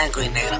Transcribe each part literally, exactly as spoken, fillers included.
blanco y negro.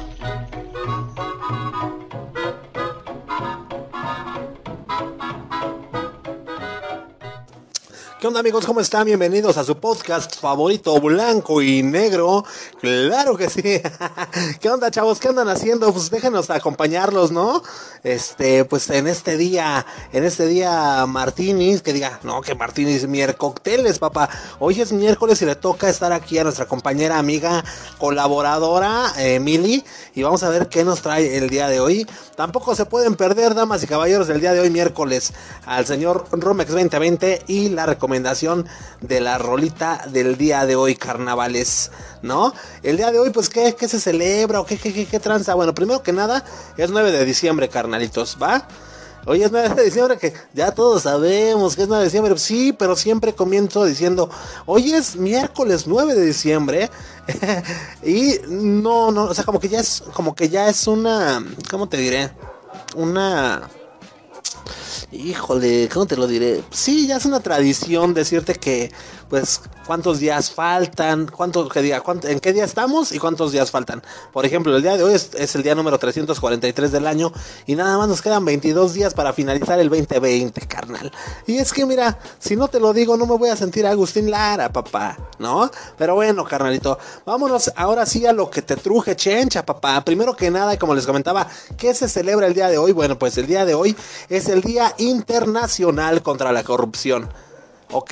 ¿Qué onda, amigos? ¿Cómo están? Bienvenidos a su podcast favorito, Blanco y Negro. Claro que sí. ¿Qué onda, chavos? ¿Qué andan haciendo? Pues déjenos acompañarlos, ¿no? Este, pues en este día, en este día Martinis, que diga, no, que Martinis, miércoles, papá. Hoy es miércoles y le toca estar aquí a nuestra compañera, amiga, colaboradora, eh, Mili, y vamos a ver qué nos trae el día de hoy. Tampoco se pueden perder, damas y caballeros, el día de hoy, miércoles, al señor Romex veinte veinte y la recomendación de la rolita del día de hoy, carnavales, ¿no? El día de hoy, pues, ¿qué, qué se celebra o qué, qué, qué, qué tranza? Bueno, primero que nada, es nueve de diciembre, carnalitos, ¿va? Hoy es nueve de diciembre, que ya todos sabemos que es nueve de diciembre, sí, pero siempre comienzo diciendo, hoy es miércoles nueve de diciembre, y no, no, o sea, como que ya es, como que ya es una, ¿cómo te diré? Una... Híjole, ¿cómo te lo diré? Sí, ya es una tradición decirte que, pues, cuántos días faltan, cuánto, que diga, cuánto, en qué día estamos y cuántos días faltan. Por ejemplo, el día de hoy es, es el día número trescientos cuarenta y tres del año y nada más nos quedan veintidós días para finalizar el veinte veinte, carnal. Y es que, mira, si no te lo digo, no me voy a sentir Agustín Lara, papá, ¿no? Pero bueno, carnalito, vámonos ahora sí a lo que te truje, chencha, papá. Primero que nada, y como les comentaba, ¿qué se celebra el día de hoy? Bueno, pues el día de hoy es el Día Internacional contra la Corrupción. ¿Ok?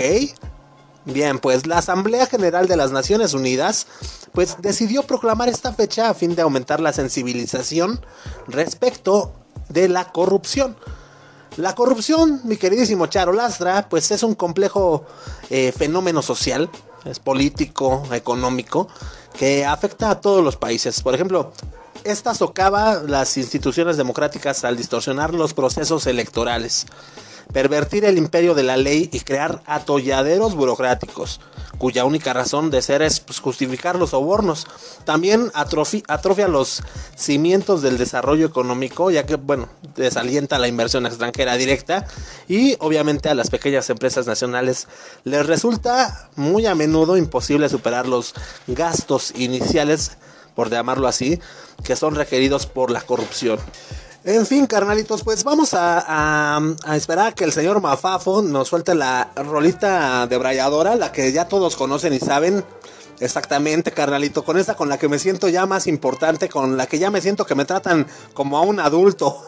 Bien, pues la Asamblea General de las Naciones Unidas pues decidió proclamar esta fecha a fin de aumentar la sensibilización respecto de la corrupción. La corrupción, mi queridísimo Charo Lastra, pues es un complejo eh, fenómeno social, es político, económico, que afecta a todos los países. Por ejemplo, esta socava las instituciones democráticas al distorsionar los procesos electorales, pervertir el imperio de la ley y crear atolladeros burocráticos, cuya única razón de ser es pues, justificar los sobornos. También atrofi- atrofia los cimientos del desarrollo económico, ya que, bueno, desalienta la inversión extranjera directa y obviamente a las pequeñas empresas nacionales les resulta muy a menudo imposible superar los gastos iniciales, por llamarlo así, que son requeridos por la corrupción. En fin, carnalitos, pues vamos a, a, a esperar a que el señor Mafafo nos suelte la rolita debrayadora, la que ya todos conocen y saben exactamente, carnalito, con esta con la que me siento ya más importante, con la que ya me siento que me tratan como a un adulto.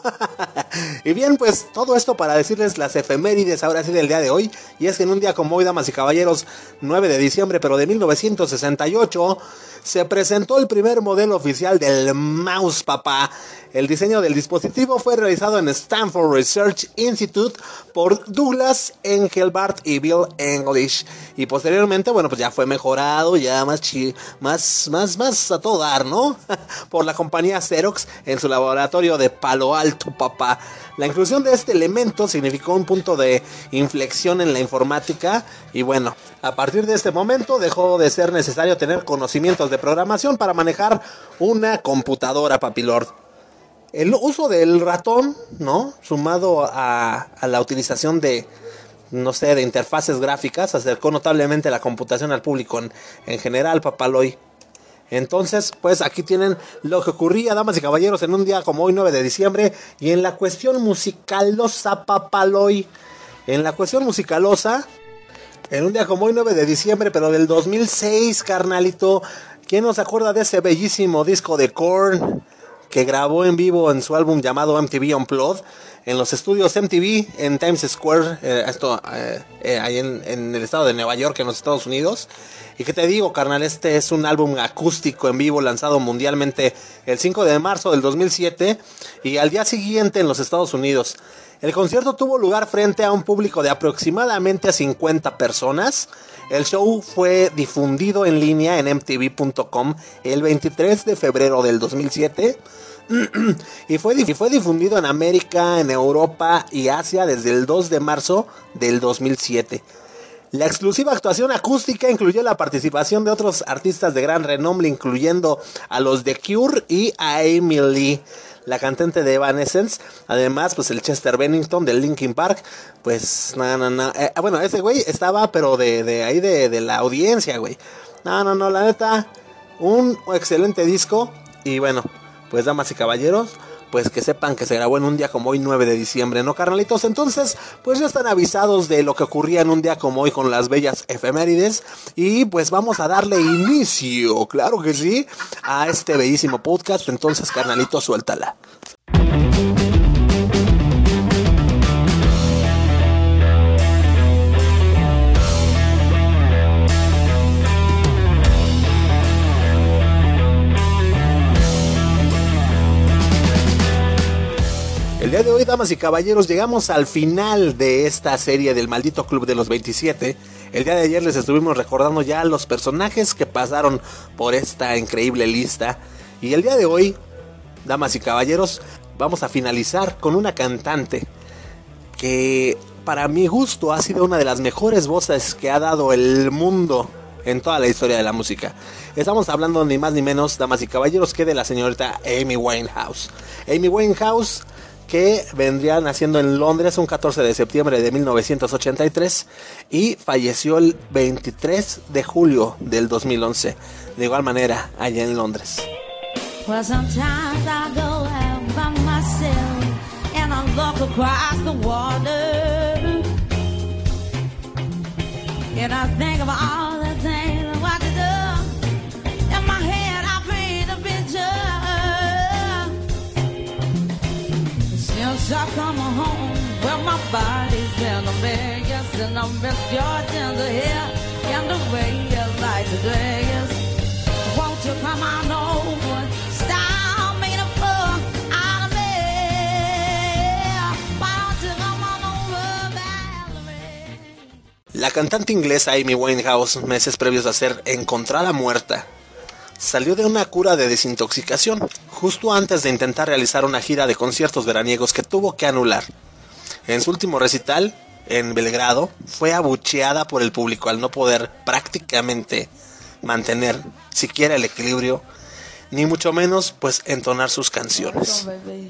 Y bien, pues todo esto para decirles las efemérides ahora sí del día de hoy, y es que en un día como hoy, damas y caballeros, nueve de diciembre pero de mil novecientos sesenta y ocho, se presentó el primer modelo oficial del mouse, papá. El diseño del dispositivo fue realizado en Stanford Research Institute por Douglas Engelbart y Bill English. Y posteriormente, bueno, pues ya fue mejorado, ya más chi, más, más, más a todo dar, ¿no? Por la compañía Xerox en su laboratorio de Palo Alto, papá. La inclusión de este elemento significó un punto de inflexión en la informática y bueno, a partir de este momento dejó de ser necesario tener conocimientos de programación para manejar una computadora, papilord. El uso del ratón, ¿no? Sumado a, a la utilización de, no sé, de interfaces gráficas, acercó notablemente la computación al público en, en general, papaloy. Entonces, pues aquí tienen lo que ocurría, damas y caballeros, en un día como hoy, nueve de diciembre, y en la cuestión musicalosa, papaloy. En la cuestión musicalosa, en un día como hoy, nueve de diciembre, pero del dos mil seis, carnalito, ¿quién nos acuerda de ese bellísimo disco de Korn que grabó en vivo en su álbum llamado M T V Unplugged en los estudios M T V en Times Square, eh, esto eh, eh, ahí en, en el estado de Nueva York, en los Estados Unidos? Y que te digo, carnal, este es un álbum acústico en vivo lanzado mundialmente el cinco de marzo del dos mil siete y al día siguiente en los Estados Unidos. El concierto tuvo lugar frente a un público de aproximadamente cincuenta personas. El show fue difundido en línea en M T V punto com el veintitrés de febrero del dos mil siete y fue, y fue difundido en América, en Europa y Asia desde el dos de marzo del dos mil siete. La exclusiva actuación acústica incluyó la participación de otros artistas de gran renombre, incluyendo a los The Cure y a Amy Lee, la cantante de Evanescence. Además, pues el Chester Bennington de Linkin Park, pues no, no, no. Eh, bueno, ese güey estaba, pero de, de ahí de, de la audiencia, güey. No, no, no, la neta, un excelente disco. Y bueno, pues damas y caballeros, pues que sepan que se grabó en un día como hoy, nueve de diciembre, ¿no, carnalitos? Entonces, pues ya están avisados de lo que ocurría en un día como hoy con las bellas efemérides. Y pues vamos a darle inicio, claro que sí, a este bellísimo podcast. Entonces, carnalitos, suéltala. El día de hoy, damas y caballeros, llegamos al final de esta serie del maldito Club de los veintisiete. El día de ayer les estuvimos recordando ya los personajes que pasaron por esta increíble lista. Y el día de hoy, damas y caballeros, vamos a finalizar con una cantante que para mi gusto ha sido una de las mejores voces que ha dado el mundo en toda la historia de la música. Estamos hablando ni más ni menos, damas y caballeros, que de la señorita Amy Winehouse. Amy Winehouse, que vendría naciendo en Londres un catorce de septiembre de mil novecientos ochenta y tres y falleció el veintitrés de julio del dos mil once, de igual manera allá en Londres. Well, sometimes I go out by myself and I look across the water and I think of all the things what to do. In my head I paint a picture. Since I come home, well, my body's been a mess, and I miss your tender hair and the way you like to dress. Won't you come on over, stop making a fool out of me? Why don't you come on over, Valerie? La cantante inglesa Amy Winehouse, meses previos a ser encontrada muerta, salió de una cura de desintoxicación, justo antes de intentar realizar una gira de conciertos veraniegos que tuvo que anular. En su último recital, en Belgrado, fue abucheada por el público al no poder prácticamente mantener siquiera el equilibrio, ni mucho menos pues entonar sus canciones.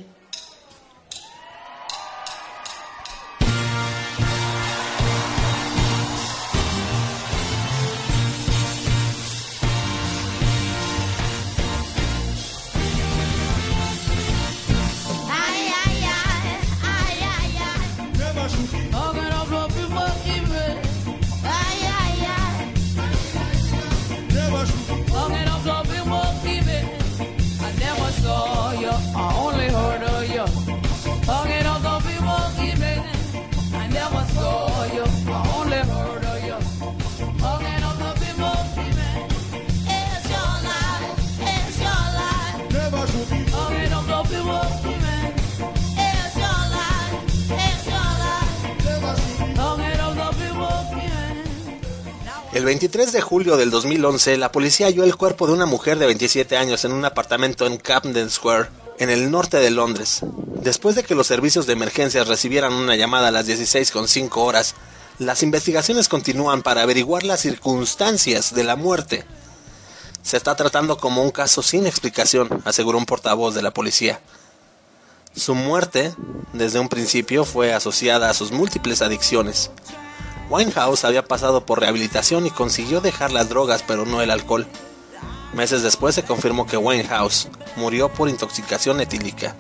El veintitrés de julio del dos mil once, la policía halló el cuerpo de una mujer de veintisiete años en un apartamento en Camden Square, en el norte de Londres. Después de que los servicios de emergencias recibieran una llamada a las dieciséis con cinco horas, las investigaciones continúan para averiguar las circunstancias de la muerte. Se está tratando como un caso sin explicación, aseguró un portavoz de la policía. Su muerte, desde un principio, fue asociada a sus múltiples adicciones. Winehouse había pasado por rehabilitación y consiguió dejar las drogas, pero no el alcohol. Meses después se confirmó que Winehouse murió por intoxicación etílica.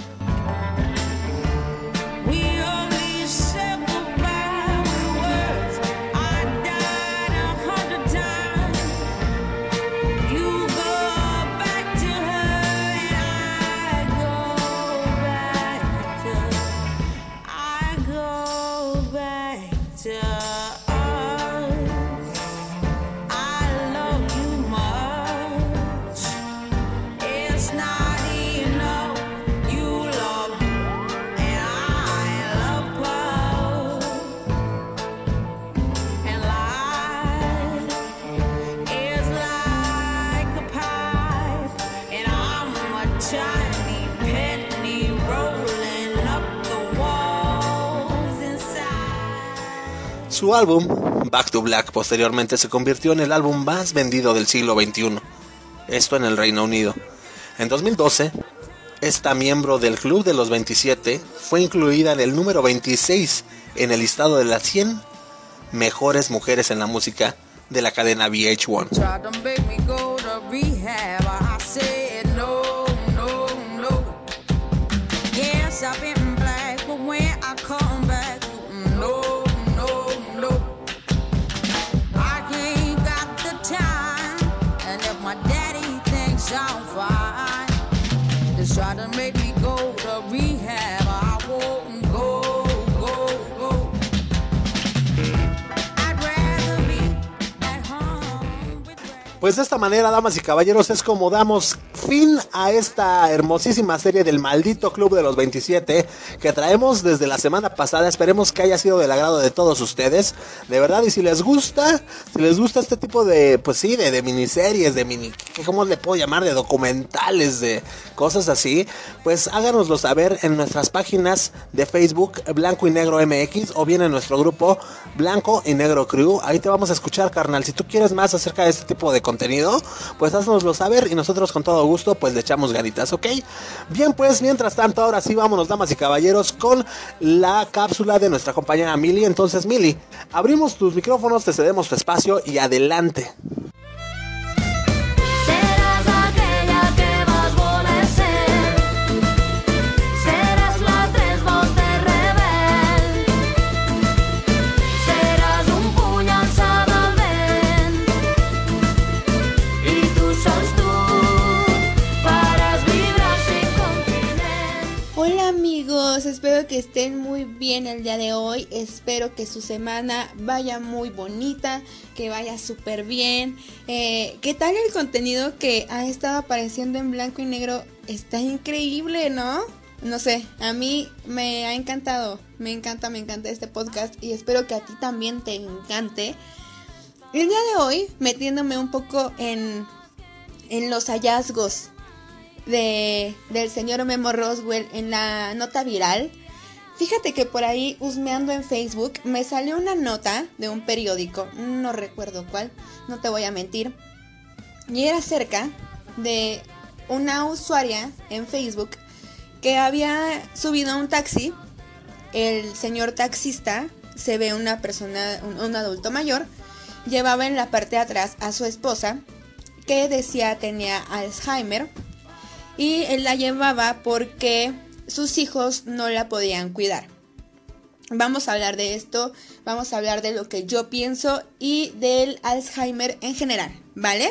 Su álbum, Back to Black, posteriormente se convirtió en el álbum más vendido del siglo veintiuno, esto en el Reino Unido. En dos mil doce, esta miembro del Club de los veintisiete fue incluida en el número veintiséis en el listado de las cien mejores mujeres en la música de la cadena V H uno. up in black, but when I come back, no, no, no, I ain't got the time. And if my daddy thinks I'm fine, just try to make me go to rehab, I won't go, go, go. I'd rather be at home with Pues de esta manera, damas y caballeros, es como damos fin a esta hermosísima serie del maldito Club de los veintisiete que traemos desde la semana pasada. Esperemos que haya sido del agrado de todos ustedes, de verdad. Y si les gusta, si les gusta este tipo de, pues sí, de, de miniseries, de mini, ¿cómo le puedo llamar? De documentales, de cosas así, pues háganoslo saber en nuestras páginas de Facebook, Blanco y Negro M X, o bien en nuestro grupo Blanco y Negro Crew. Ahí te vamos a escuchar, carnal. Si tú quieres más acerca de este tipo de contenido, pues haznoslo saber y nosotros con todo gusto pues le echamos ganitas, ¿ok? Bien, pues mientras tanto, ahora sí vámonos, damas y caballeros, con la cápsula de nuestra compañera Mili. Entonces, Mili, abrimos tus micrófonos, te cedemos tu espacio y adelante. Espero que estén muy bien el día de hoy. Espero que su semana vaya muy bonita, que vaya súper bien. Eh, ¿Qué tal el contenido que ha estado apareciendo en Blanco y Negro? Está increíble, ¿no? No sé, a mí me ha encantado. Me encanta, me encanta este podcast y espero que a ti también te encante. El día de hoy, metiéndome un poco en, en los hallazgos De, del señor Memo Roswell en la nota viral. Fíjate que por ahí, husmeando en Facebook, me salió una nota de un periódico, no recuerdo cuál, no te voy a mentir, y era acerca de una usuaria en Facebook que había subido a un taxi. El señor taxista se ve una persona, un, un adulto mayor, llevaba en la parte de atrás a su esposa, que decía tenía Alzheimer, y él la llevaba porque sus hijos no la podían cuidar. Vamos a hablar de esto, vamos a hablar de lo que yo pienso y del Alzheimer en general, ¿vale?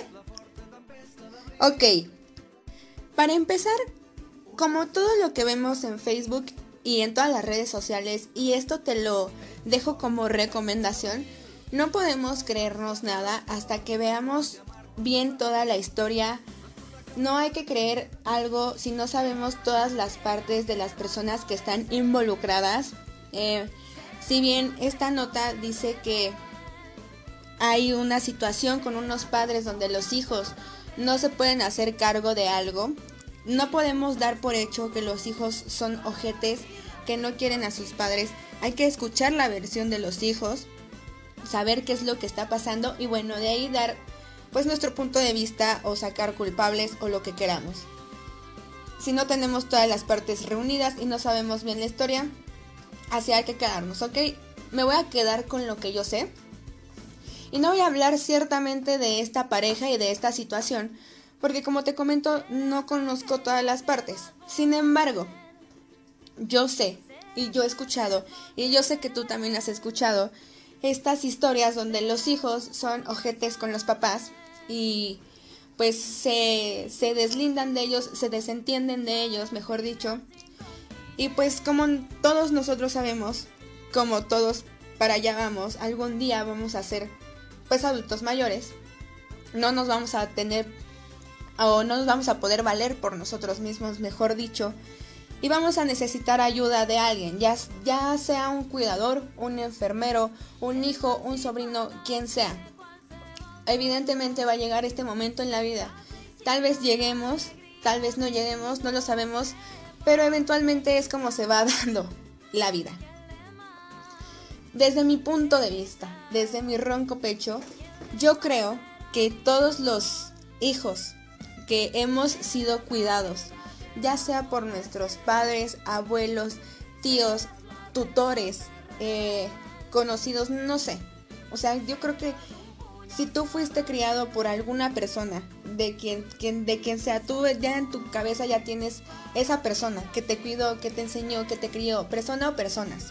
Ok, para empezar, como todo lo que vemos en Facebook y en todas las redes sociales, y esto te lo dejo como recomendación, no podemos creernos nada hasta que veamos bien toda la historia. No hay que creer algo si no sabemos todas las partes de las personas que están involucradas. Eh, si bien esta nota dice que hay una situación con unos padres donde los hijos no se pueden hacer cargo de algo, no podemos dar por hecho que los hijos son ojetes, que no quieren a sus padres. Hay que escuchar la versión de los hijos, saber qué es lo que está pasando y bueno, de ahí dar pues nuestro punto de vista o sacar culpables o lo que queramos. Si no tenemos todas las partes reunidas y no sabemos bien la historia, así hay que quedarnos, ¿ok? Me voy a quedar con lo que yo sé y no voy a hablar ciertamente de esta pareja y de esta situación, porque como te comento, no conozco todas las partes. Sin embargo, yo sé y yo he escuchado y yo sé que tú también has escuchado estas historias donde los hijos son ojetes con los papás y pues se, se deslindan de ellos, se desentienden de ellos, mejor dicho. Y pues como todos nosotros sabemos, como todos para allá vamos, algún día vamos a ser pues adultos mayores. No nos vamos a tener o no nos vamos a poder valer por nosotros mismos, mejor dicho. Y vamos a necesitar ayuda de alguien, ya, ya sea un cuidador, un enfermero, un hijo, un sobrino, quien sea. Evidentemente va a llegar este momento en la vida. Tal vez lleguemos, tal vez no lleguemos, no lo sabemos, pero eventualmente es como se va dando la vida. Desde mi punto de vista, desde mi ronco pecho, yo creo que todos los hijos que hemos sido cuidados, ya sea por nuestros padres, abuelos, tíos, tutores, eh, conocidos, no sé. O sea, yo creo que si tú fuiste criado por alguna persona, de quien, quien, de quien sea, tú ya en tu cabeza ya tienes esa persona que te cuidó, que te enseñó, que te crió, persona o personas.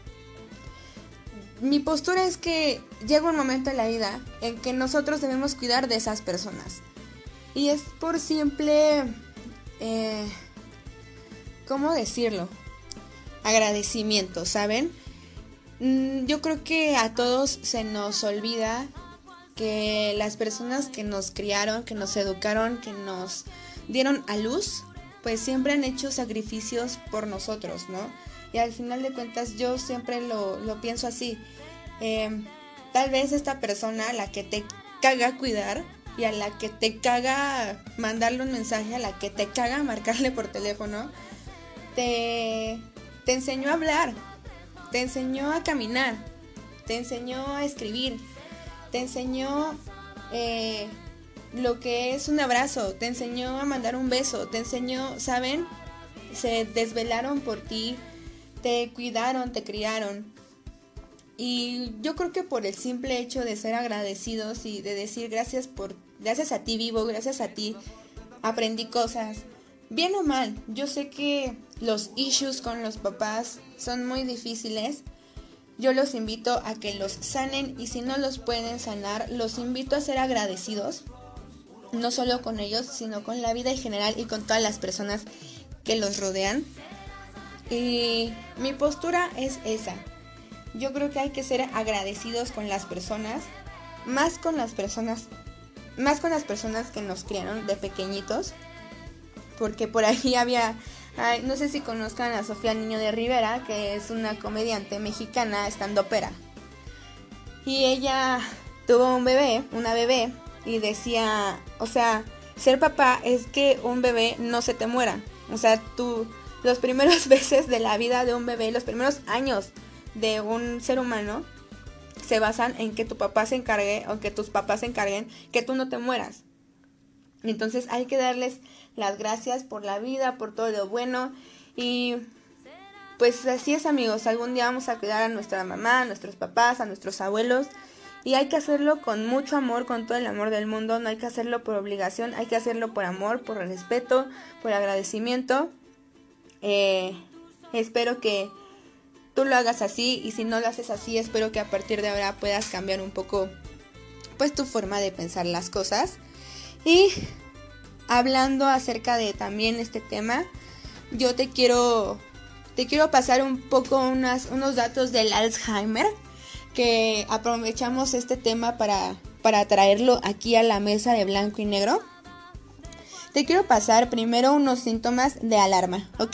Mi postura es que llega un momento en la vida en que nosotros debemos cuidar de esas personas. Y es por simple, eh, ¿cómo decirlo? Agradecimiento, ¿saben? Mm, yo creo que a todos se nos olvida que las personas que nos criaron, que nos educaron, que nos dieron a luz, pues siempre han hecho sacrificios por nosotros, ¿no? Y al final de cuentas yo siempre lo, lo pienso así. Eh, tal vez esta persona a la que te caga cuidar y a la que te caga mandarle un mensaje, a la que te caga marcarle por teléfono, te, te enseñó a hablar, te enseñó a caminar, te enseñó a escribir, te enseñó eh, lo que es un abrazo, te enseñó a mandar un beso, te enseñó, ¿saben? Se desvelaron por ti, te cuidaron, te criaron. Y yo creo que por el simple hecho de ser agradecidos y de decir gracias por, gracias a ti vivo, gracias a ti aprendí cosas, bien o mal, yo sé que los issues con los papás son muy difíciles. Yo los invito a que los sanen y si no los pueden sanar, los invito a ser agradecidos, no solo con ellos, sino con la vida en general y con todas las personas que los rodean. Y mi postura es esa. Yo creo que hay que ser agradecidos con las personas, más con las personas, más con las personas que nos criaron de pequeñitos, porque por ahí había, ay, no sé si conozcan a Sofía Niño de Rivera, que es una comediante mexicana estandopera, y ella tuvo un bebé, una bebé, y decía, o sea, ser papá es que un bebé no se te muera, o sea, tú, los primeros meses de la vida de un bebé, los primeros años de un ser humano se basan en que tu papá se encargue o que tus papás se encarguen que tú no te mueras. Entonces hay que darles las gracias por la vida, por todo lo bueno. Y pues así es, amigos, algún día vamos a cuidar a nuestra mamá, a nuestros papás, a nuestros abuelos, y hay que hacerlo con mucho amor, con todo el amor del mundo. No hay que hacerlo por obligación, hay que hacerlo por amor, por respeto, por agradecimiento. eh, espero que tú lo hagas así, y si no lo haces así, espero que a partir de ahora puedas cambiar un poco pues tu forma de pensar las cosas. Y hablando acerca de también este tema, yo te quiero te quiero pasar un poco unas, unos datos del Alzheimer, que aprovechamos este tema para, para traerlo aquí a la mesa de blanco y negro. Te quiero pasar primero unos síntomas de alarma, ¿ok?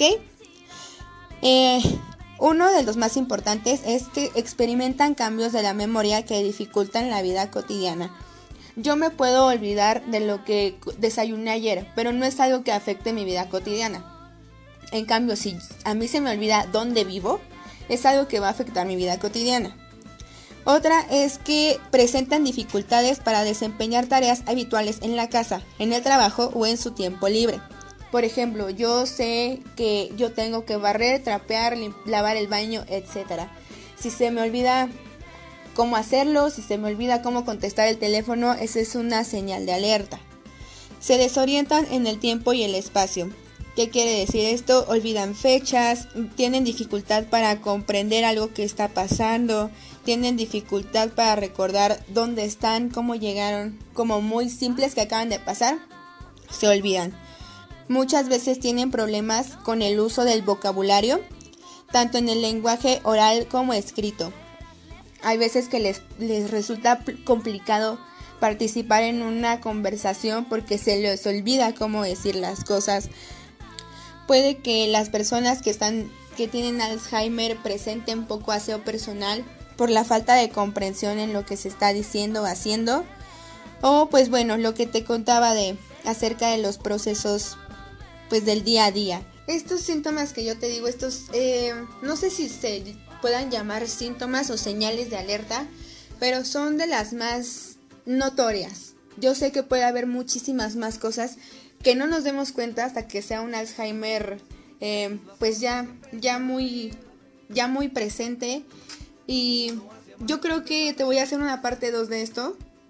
Eh... Uno de los más importantes es que experimentan cambios de la memoria que dificultan la vida cotidiana. Yo me puedo olvidar de lo que desayuné ayer, pero no es algo que afecte mi vida cotidiana. En cambio, si a mí se me olvida dónde vivo, es algo que va a afectar mi vida cotidiana. Otra es que presentan dificultades para desempeñar tareas habituales en la casa, en el trabajo o en su tiempo libre. Por ejemplo, yo sé que yo tengo que barrer, trapear, lavar el baño, etcétera. Si se me olvida cómo hacerlo, si se me olvida cómo contestar el teléfono, esa es una señal de alerta. Se desorientan en el tiempo y el espacio. ¿Qué quiere decir esto? Olvidan fechas, tienen dificultad para comprender algo que está pasando, tienen dificultad para recordar dónde están, cómo llegaron, como muy simples que acaban de pasar, se olvidan. Muchas veces tienen problemas con el uso del vocabulario, tanto en el lenguaje oral como escrito. Hay veces que les, les resulta complicado participar en una conversación porque se les olvida cómo decir las cosas. Puede que las personas que están, que tienen Alzheimer presenten poco aseo personal por la falta de comprensión en lo que se está diciendo o haciendo. O pues bueno, lo que te contaba de acerca de los procesos pues del día a día. Estos síntomas que yo te digo, estos eh, no sé si se puedan llamar síntomas o señales de alerta, pero son de las más notorias. Yo sé que puede haber muchísimas más cosas que no nos demos cuenta hasta que sea un Alzheimer eh, pues ya, ya muy ya muy presente. Y yo creo que te voy a hacer una parte dos de esto,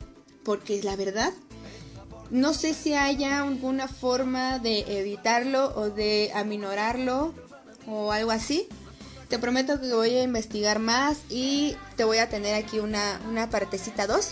porque la verdad, no sé si haya alguna forma de evitarlo o de aminorarlo o algo así. Te prometo que voy a investigar más y te voy a tener aquí una, una partecita dos.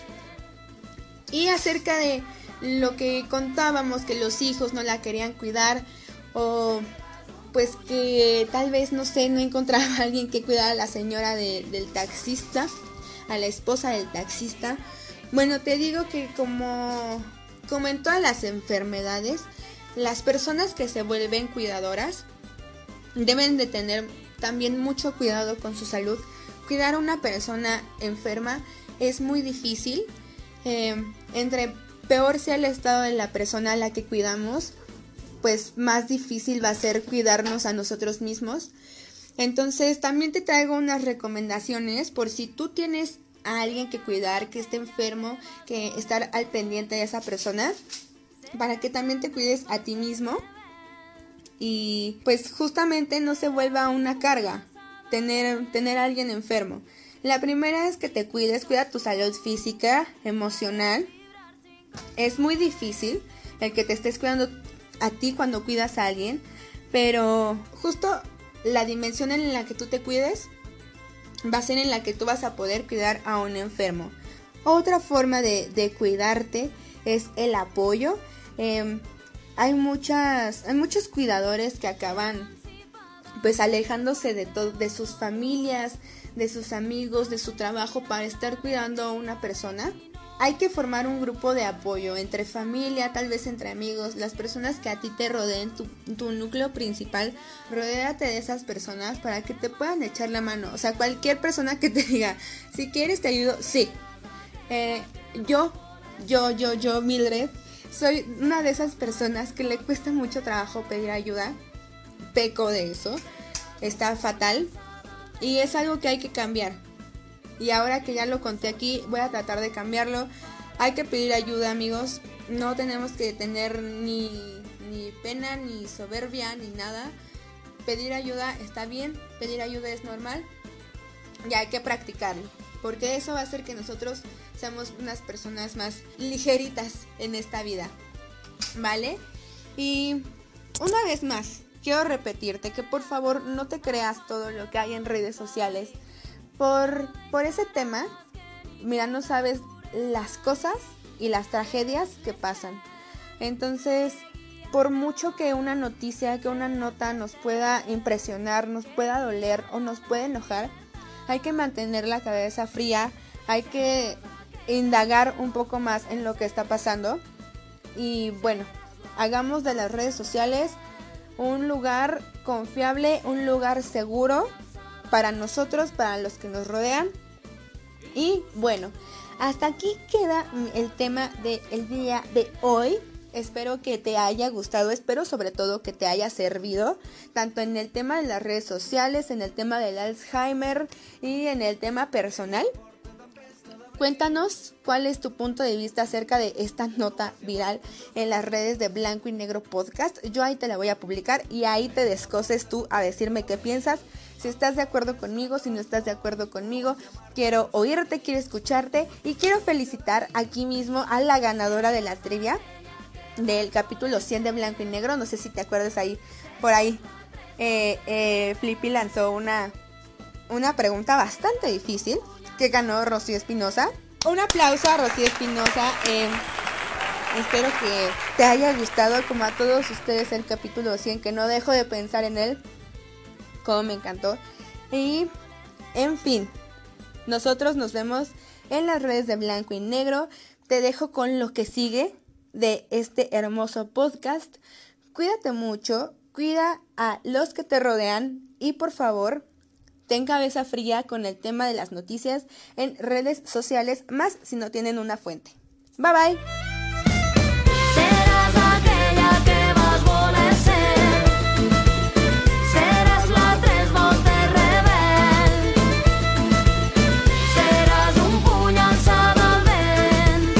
Y acerca de lo que contábamos, que los hijos no la querían cuidar, o pues que tal vez, no sé, no encontraba a alguien que cuidara a la señora de, del taxista, a la esposa del taxista. Bueno, te digo que como, como en todas las enfermedades, las personas que se vuelven cuidadoras deben de tener también mucho cuidado con su salud. Cuidar a una persona enferma es muy difícil. Eh, entre peor sea el estado de la persona a la que cuidamos, pues más difícil va a ser cuidarnos a nosotros mismos. Entonces también te traigo unas recomendaciones por si tú tienes a alguien que cuidar, que esté enfermo, que estar al pendiente de esa persona, para que también te cuides a ti mismo y pues justamente no se vuelva una carga tener, tener a alguien enfermo. La primera es que te cuides, cuida tu salud física, emocional. Es muy difícil el que te estés cuidando a ti cuando cuidas a alguien, pero justo la dimensión en la que tú te cuides va a ser en la que tú vas a poder cuidar a un enfermo. Otra forma de, de cuidarte es el apoyo. Eh, hay muchas, hay muchos cuidadores que acaban pues alejándose de todo, de sus familias, de sus amigos, de su trabajo para estar cuidando a una persona. Hay que formar un grupo de apoyo entre familia, tal vez entre amigos, las personas que a ti te rodeen, tu, tu núcleo principal. Rodéate de esas personas para que te puedan echar la mano. O sea, cualquier persona que te diga, si quieres te ayudo, sí. Eh, yo, yo, yo, yo, Mildred, soy una de esas personas que le cuesta mucho trabajo pedir ayuda. Peco de eso, está fatal y es algo que hay que cambiar. Y ahora que ya lo conté aquí, voy a tratar de cambiarlo. Hay que pedir ayuda, amigos. No tenemos que tener ni, ni pena, ni soberbia, ni nada. Pedir ayuda está bien, pedir ayuda es normal. Y hay que practicarlo, porque eso va a hacer que nosotros seamos unas personas más ligeritas en esta vida, ¿vale? Y una vez más, quiero repetirte que por favor no te creas todo lo que hay en redes sociales. Por, por ese tema, mira, no sabes las cosas y las tragedias que pasan. Entonces, por mucho que una noticia, que una nota nos pueda impresionar, nos pueda doler o nos pueda enojar, hay que mantener la cabeza fría, hay que indagar un poco más en lo que está pasando. Y bueno, hagamos de las redes sociales un lugar confiable, un lugar seguro para nosotros, para los que nos rodean. Y bueno, hasta aquí queda el tema del día de hoy. Espero que te haya gustado, espero sobre todo que te haya servido, tanto en el tema de las redes sociales, en el tema del Alzheimer y en el tema personal. Cuéntanos cuál es tu punto de vista acerca de esta nota viral en las redes de Blanco y Negro Podcast. Yo ahí te la voy a publicar y ahí te descoses tú a decirme qué piensas. Si estás de acuerdo conmigo, si no estás de acuerdo conmigo, quiero oírte, quiero escucharte y quiero felicitar aquí mismo a la ganadora de la trivia del capítulo cien de Blanco y Negro. No sé si te acuerdas ahí, por ahí, eh, eh, Flippy lanzó una, una pregunta bastante difícil que ganó Rocío Espinosa. Un aplauso a Rocío Espinosa. Eh, espero que te haya gustado, como a todos ustedes, el capítulo cien, que no dejo de pensar en él, como me encantó. Y, en fin, nosotros nos vemos en las redes de Blanco y Negro. Te dejo con lo que sigue de este hermoso podcast. Cuídate mucho, cuida a los que te rodean y por favor, ten cabeza fría con el tema de las noticias en redes sociales, más si no tienen una fuente. Bye bye. Serás aquella que vas a voler ser. Serás la tres volte rebel. Seràs un puny alçat al vent.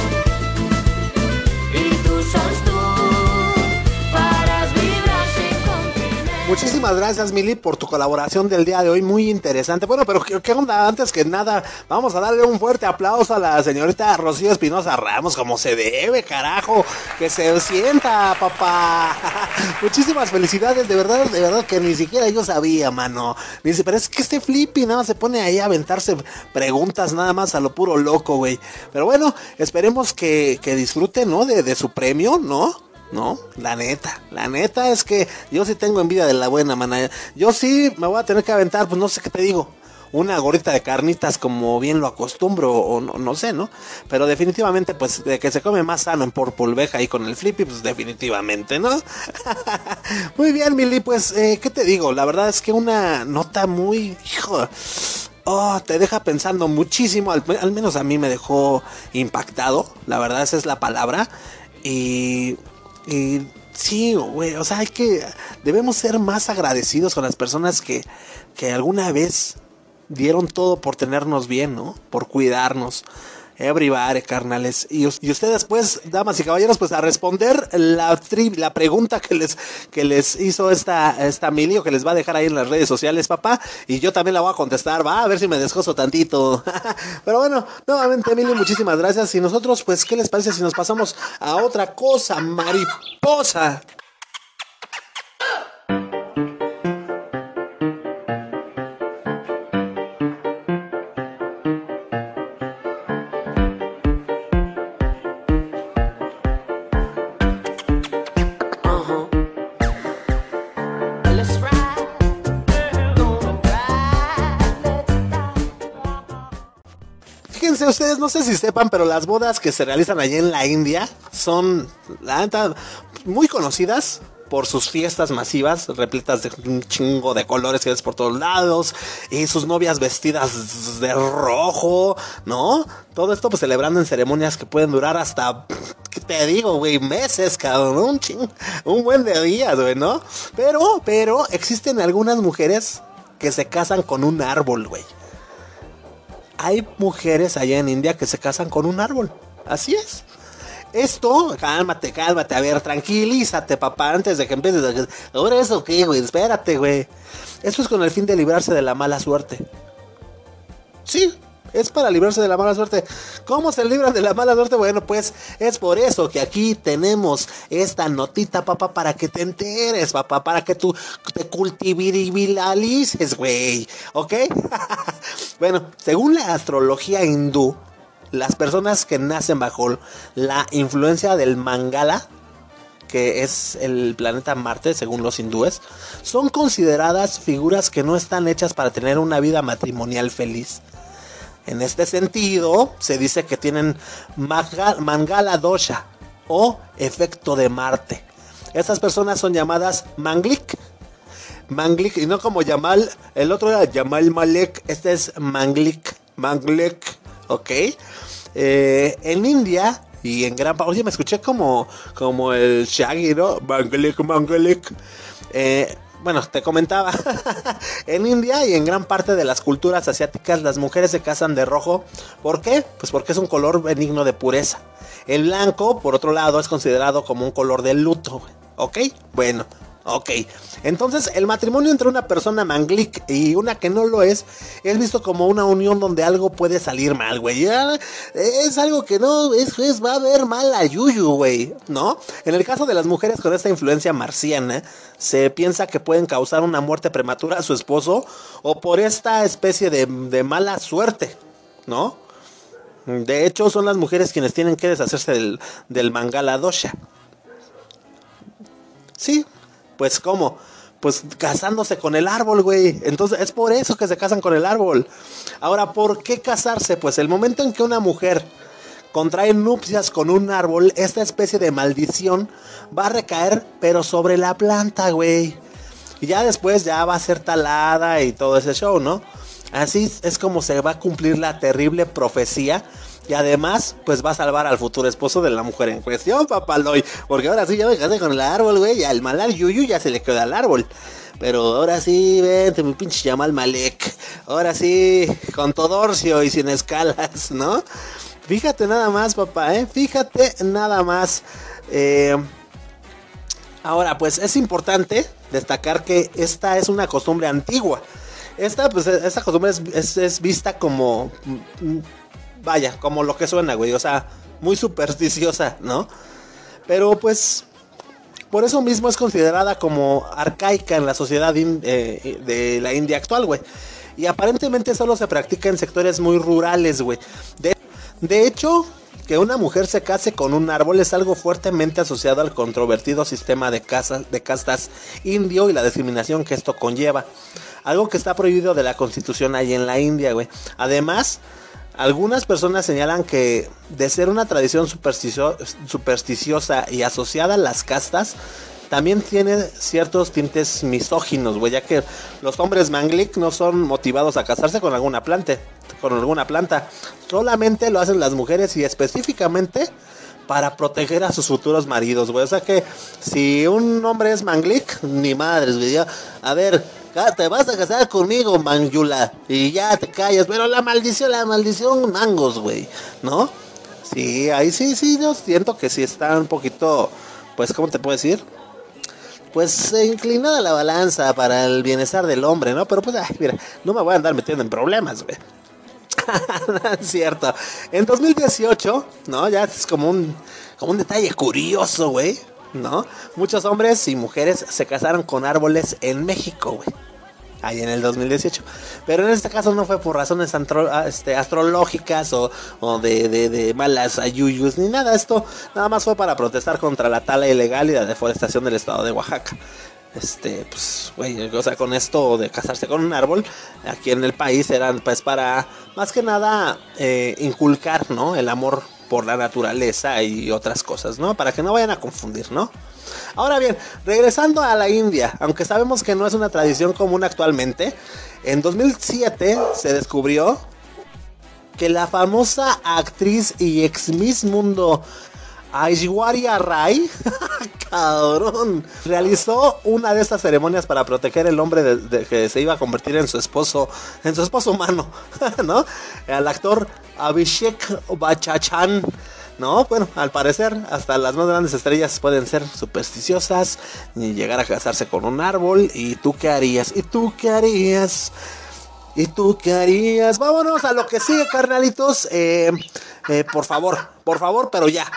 I tu sols tu faràs vibrar cinc continents. Muchísimas muchísimas gracias, Mili, por tu colaboración del día de hoy, muy interesante. Bueno, pero ¿qué, qué onda? Antes que nada, vamos a darle un fuerte aplauso a la señorita Rocío Espinosa Ramos, como se debe, carajo, que se sienta, papá. Muchísimas felicidades, de verdad, de verdad que ni siquiera yo sabía, mano. Dice, pero es que este Flippy nada más se pone ahí a aventarse preguntas nada más a lo puro loco, güey. Pero bueno, esperemos que, que disfrute, ¿no? De, de su premio, ¿no? No, la neta, la neta es que yo sí tengo envidia de la buena, mana. Yo sí me voy a tener que aventar, pues no sé qué te digo, una gorrita de carnitas como bien lo acostumbro, o no, no sé, ¿no? Pero definitivamente, pues, de que se come más sano en Purple Veja ahí con el Flippy, pues definitivamente, ¿no? Muy bien, Mili, pues, eh, ¿qué te digo? La verdad es que una nota muy, hijo... Oh, te deja pensando muchísimo, al, al menos a mí me dejó impactado, la verdad esa es la palabra, y... Y sí, güey, o sea, hay que, debemos ser más agradecidos con las personas que, que alguna vez dieron todo por tenernos bien, ¿no? Por cuidarnos. Everybody, carnales. Y, y ustedes, pues, damas y caballeros, pues a responder la tri la pregunta que les que les hizo esta esta Mili, o que les va a dejar ahí en las redes sociales, papá. Y yo también la voy a contestar, va a ver si me descoso tantito. Pero bueno, nuevamente, Mili, muchísimas gracias. Y nosotros, pues, ¿qué les parece si nos pasamos a otra cosa, mariposa? Fíjense ustedes, no sé si sepan, pero las bodas que se realizan allá en la India son, la neta, muy conocidas por sus fiestas masivas, repletas de un chingo de colores que ves por todos lados, y sus novias vestidas de rojo, ¿no? Todo esto pues celebrando en ceremonias que pueden durar hasta, ¿qué te digo, güey? Meses, cabrón, un ching, un buen de días, güey, ¿no? Pero, pero, existen algunas mujeres que se casan con un árbol, güey. Hay mujeres allá en India que se casan con un árbol, así es. Esto, cálmate, cálmate, a ver, tranquilízate, papá, antes de que empieces a... ¿Ahora eso qué, güey? Espérate, güey. Esto es con el fin de librarse de la mala suerte. Sí, es para librarse de la mala suerte. ¿Cómo se libran de la mala suerte? Bueno, pues es por eso que aquí tenemos esta notita, papá, para que te enteres, papá, para que tú te cultiviribilices, güey, ¿ok? Bueno, según la astrología hindú, las personas que nacen bajo la influencia del Mangala, que es el planeta Marte, según los hindúes, son consideradas figuras que no están hechas para tener una vida matrimonial feliz. En este sentido, se dice que tienen Mangala Dosha o efecto de Marte. Estas personas son llamadas Manglik. Manglik, y no como Yamal, el otro era Yamal Malek, este es Manglik. Manglik, ok. Eh, en India y en gran parte, oye, me escuché como, como el Shaggy, ¿no? Manglik, Manglik. Eh, bueno, te comentaba, en India y en gran parte de las culturas asiáticas las mujeres se casan de rojo. ¿Por qué? Pues porque es un color benigno de pureza. El blanco, por otro lado, es considerado como un color de luto, ¿ok? Bueno, ok. Entonces, el matrimonio entre una persona manglik y una que no lo es, es visto como una unión donde algo puede salir mal, güey. Ya, es algo que no, es, es va a ver mal a yuyu, güey, ¿no? En el caso de las mujeres con esta influencia marciana, se piensa que pueden causar una muerte prematura a su esposo o por esta especie de, de mala suerte, ¿no? De hecho, son las mujeres quienes tienen que deshacerse del, del Mangala Dosha. Sí, pues ¿cómo? Pues casándose con el árbol, güey. Entonces es por eso que se casan con el árbol. Ahora, ¿por qué casarse? Pues el momento en que una mujer contrae nupcias con un árbol, esta especie de maldición va a recaer, pero sobre la planta, güey. Y ya después ya va a ser talada y todo ese show, ¿no? Así es como se va a cumplir la terrible profecía. Y además, pues va a salvar al futuro esposo de la mujer en cuestión, papaloy. Porque ahora sí ya me casé con el árbol, güey. Y al Malal Yuyu ya se le queda al árbol. Pero ahora sí, vente, mi pinche Yamal Malek. Ahora sí, con Todorcio y sin escalas, ¿no? Fíjate nada más, papá, ¿eh? Fíjate nada más. Eh... Ahora, pues es importante destacar que esta es una costumbre antigua. Esta, pues, esta costumbre es, es, es vista como, vaya, como lo que suena, güey, o sea, muy supersticiosa, ¿no? Pero pues, por eso mismo es considerada como arcaica en la sociedad in, eh, de la India actual, güey. Y aparentemente solo se practica en sectores muy rurales, güey. De, de hecho, que una mujer se case con un árbol es algo fuertemente asociado al controvertido sistema de, casas, de castas indio y la discriminación que esto conlleva. Algo que está prohibido de la constitución ahí en la India, güey. Además, algunas personas señalan que de ser una tradición supersticio, supersticiosa y asociada a las castas, también tiene ciertos tintes misóginos, güey, ya que los hombres manglik no son motivados a casarse con alguna planta, con alguna planta. Solamente lo hacen las mujeres y específicamente para proteger a sus futuros maridos, güey. O sea que si un hombre es manglik, ni madres, güey. A ver, te vas a casar conmigo, Manjula, y ya te callas. Pero la maldición, la maldición, mangos, güey, ¿no? Sí, ahí sí, sí, yo siento que sí está un poquito, pues, ¿cómo te puedo decir? Pues eh, inclinada la balanza para el bienestar del hombre, ¿no? Pero pues, ay, mira, no me voy a andar metiendo en problemas, güey. Es cierto. En dos mil dieciocho, ¿no? Ya es como un, como un detalle curioso, güey, ¿no? Muchos hombres y mujeres se casaron con árboles en México, güey. Ahí en el dos mil dieciocho. Pero en este caso no fue por razones antro, este, astrológicas o, o de, de, de malas ayuyus ni nada. Esto nada más fue para protestar contra la tala ilegal y la deforestación del estado de Oaxaca. Este, pues, güey, o sea, con esto de casarse con un árbol aquí en el país eran, pues, para más que nada eh, inculcar, ¿no? El amor por la naturaleza y otras cosas, ¿no? Para que no vayan a confundir, ¿no? Ahora bien, regresando a la India, aunque sabemos que no es una tradición común actualmente, en dos mil siete se descubrió que la famosa actriz y ex Miss Mundo Aishwarya Rai, cabrón, realizó una de estas ceremonias para proteger el hombre de, de que se iba a convertir en su esposo, en su esposo humano, ¿no? Al actor Abhishek Bachchan, ¿no? Bueno, al parecer hasta las más grandes estrellas pueden ser supersticiosas y llegar a casarse con un árbol. ¿Y tú qué harías? ¿Y tú qué harías? ¿Y tú qué harías? Vámonos a lo que sigue, carnalitos. Eh, eh, por favor, por favor, pero ya.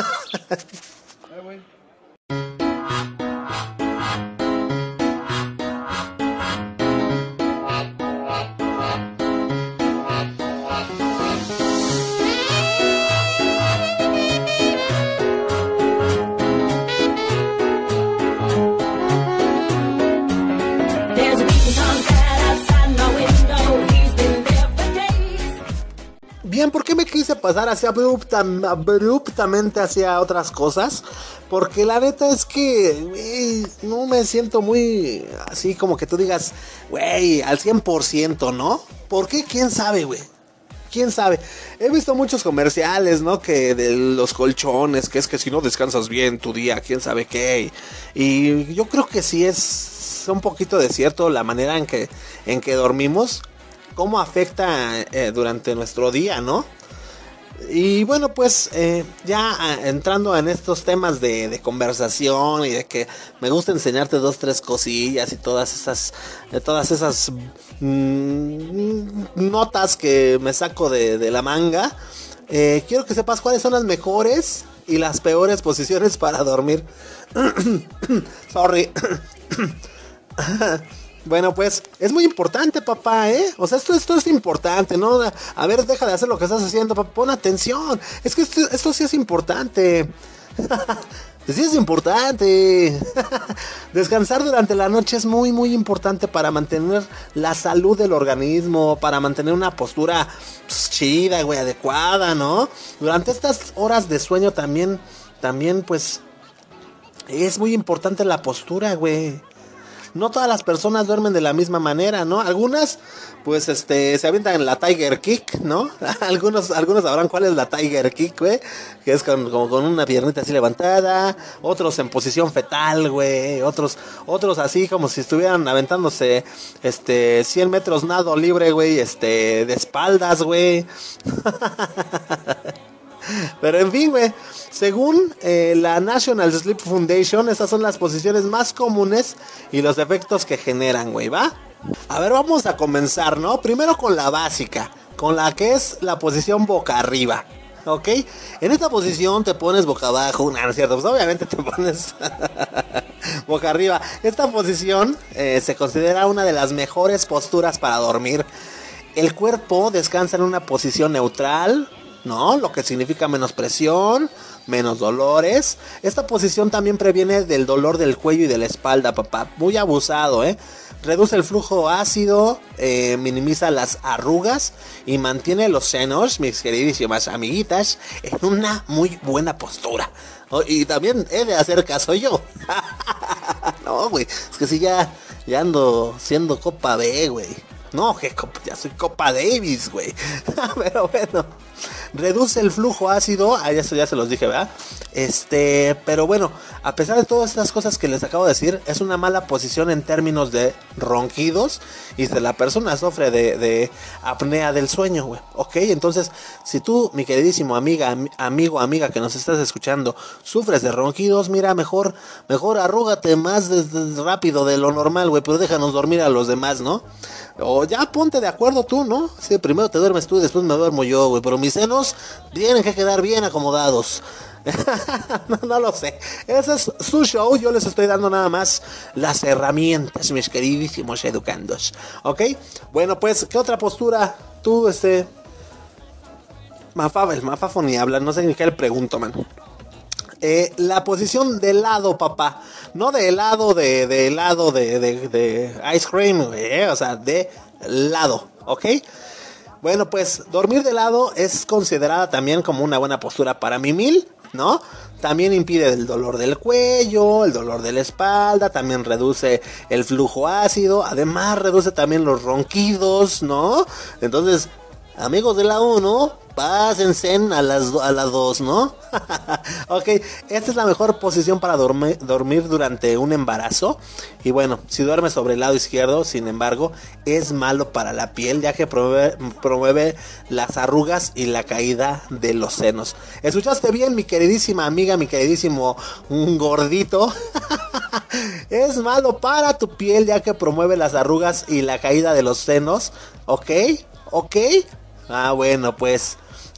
Bien, ¿por qué me quise pasar así abrupta, abruptamente hacia otras cosas? Porque la neta es que, güey, no me siento muy así como que tú digas, güey, al cien por ciento, ¿no? ¿Por qué? ¿Quién sabe, güey? ¿Quién sabe? He visto muchos comerciales, ¿no? Que de los colchones, que es que si no descansas bien tu día, quién sabe qué. Y yo creo que sí es un poquito de cierto la manera en que, en que dormimos. Cómo afecta eh, durante nuestro día, ¿no? Y bueno, pues eh, ya entrando en estos temas de, de conversación y de que me gusta enseñarte dos, tres cosillas y todas esas, eh, todas esas mmm, notas que me saco de, de la manga, eh, quiero que sepas cuáles son las mejores y las peores posiciones para dormir. Sorry. Bueno, pues, es muy importante, papá, ¿eh? O sea, esto, esto es importante, ¿no? A ver, deja de hacer lo que estás haciendo, papá, pon atención. Es que esto, esto sí es importante. Sí es importante. Descansar durante la noche es muy, muy importante para mantener la salud del organismo, para mantener una postura pues, chida, güey, adecuada, ¿no? Durante estas horas de sueño también, también, pues, es muy importante la postura, güey. No todas las personas duermen de la misma manera, ¿no? Algunas, pues, este, se avientan en la Tiger Kick, ¿no? Algunos, algunos sabrán cuál es la Tiger Kick, güey. Que es con, como con una piernita así levantada. Otros en posición fetal, güey. Otros, otros así como si estuvieran aventándose, este, cien metros nado libre, güey. Este, de espaldas, güey. Pero en fin, güey, según eh, la National Sleep Foundation, estas son las posiciones más comunes y los efectos que generan, güey, ¿va? A ver, vamos a comenzar, ¿no? Primero con la básica, con la que es la posición boca arriba, ¿ok? En esta posición te pones boca abajo, no, no es cierto, pues obviamente te pones boca arriba. Esta posición eh, se considera una de las mejores posturas para dormir. El cuerpo descansa en una posición neutral, ¿no? Lo que significa menos presión, menos dolores. Esta posición también previene del dolor del cuello y de la espalda, papá. Muy abusado, ¿eh? Reduce el flujo ácido, eh, minimiza las arrugas y mantiene los senos, mis queridísimas amiguitas, en una muy buena postura. Oh, y también he de hacer caso yo. No, güey, es que si ya, ya ando siendo Copa B, güey. No, que ya soy Copa Davis, güey. Pero bueno, reduce el flujo ácido. Ah, eso ya se los dije, ¿verdad? Este, pero bueno, a pesar de todas estas cosas que les acabo de decir, es una mala posición en términos de ronquidos y si la persona sufre de, de apnea del sueño, güey. Ok, entonces, si tú, mi queridísimo amiga, am, amigo, amiga que nos estás escuchando, sufres de ronquidos, mira, mejor, mejor arrúgate más de, de, rápido de lo normal, güey, pero déjanos dormir a los demás, ¿no? O ya ponte de acuerdo tú, ¿no? Sí, primero te duermes tú y después me duermo yo, güey. Pero mis senos tienen que quedar bien acomodados. no, no lo sé. Ese es su show. Yo les estoy dando nada más las herramientas, mis queridísimos educandos. ¿Ok? Bueno, pues, ¿qué otra postura? Tú, este... Mafafo, el Mafafo ni habla. No sé ni qué le pregunto, man. Eh, la posición de lado, papá. No de helado, de, de helado, de, de, de ice cream, eh, o sea, de lado, ¿ok? Bueno, pues dormir de lado es considerada también como una buena postura para mimil, ¿no? También impide el dolor del cuello, el dolor de la espalda, también reduce el flujo ácido, además reduce también los ronquidos, ¿no? Entonces, amigos de la uno, pásense a las a las dos, ¿no? Ok, esta es la mejor posición para dormir, dormir durante un embarazo. Y bueno, si duermes sobre el lado izquierdo, sin embargo, es malo para la piel, ya que promueve, promueve las arrugas y la caída de los senos. ¿Escuchaste bien, mi queridísima amiga, mi queridísimo gordito? Es malo para tu piel, ya que promueve las arrugas y la caída de los senos. ¿Ok? ¿Ok? Ah, bueno, pues...